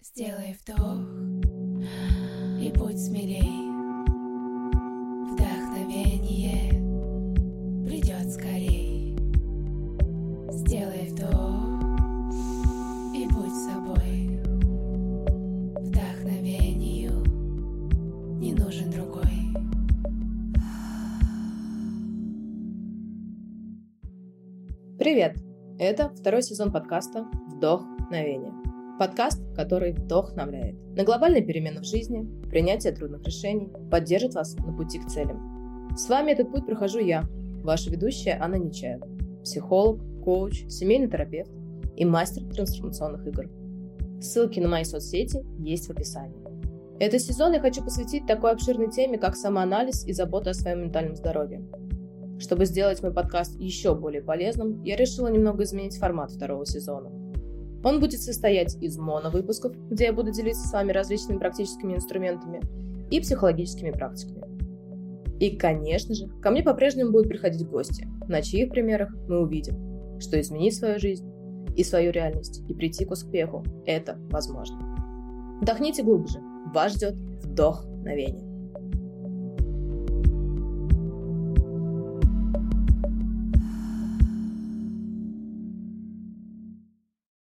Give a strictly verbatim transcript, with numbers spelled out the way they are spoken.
Сделай вдох и будь смелей. Вдохновение придет скорей. Сделай вдох и будь собой. Вдохновению не нужен другой. Привет! Это второй сезон подкаста «Вдохновение». Подкаст, который вдохновляет на глобальные перемены в жизни, принятие трудных решений, поддержит вас на пути к целям. С вами этот путь прохожу я, ваша ведущая Анна Нечаева, психолог, коуч, семейный терапевт и мастер трансформационных игр. Ссылки на мои соцсети есть в описании. Этот сезон я хочу посвятить такой обширной теме, как самоанализ и забота о своем ментальном здоровье. Чтобы сделать мой подкаст еще более полезным, я решила немного изменить формат второго сезона. Он будет состоять из моновыпусков, где я буду делиться с вами различными практическими инструментами и психологическими практиками. И, конечно же, ко мне по-прежнему будут приходить гости, на чьих примерах мы увидим, что изменить свою жизнь и свою реальность и прийти к успеху – это возможно. Вдохните глубже, вас ждет вдохновение.